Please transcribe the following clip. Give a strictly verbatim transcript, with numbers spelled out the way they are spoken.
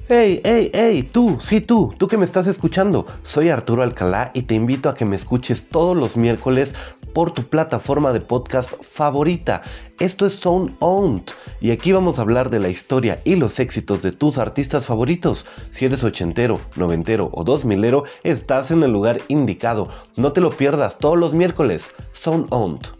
Hey, hey, hey, tú, sí tú, tú que me estás escuchando. Soy Arturo Alcalá y te invito a que me escuches todos los miércoles por tu plataforma de podcast favorita. Esto es Sound Owned y aquí vamos a hablar de la historia y los éxitos de tus artistas favoritos. Si eres ochentero, noventero o dos milero, estás en el lugar indicado. No te lo pierdas todos los miércoles. Sound Owned.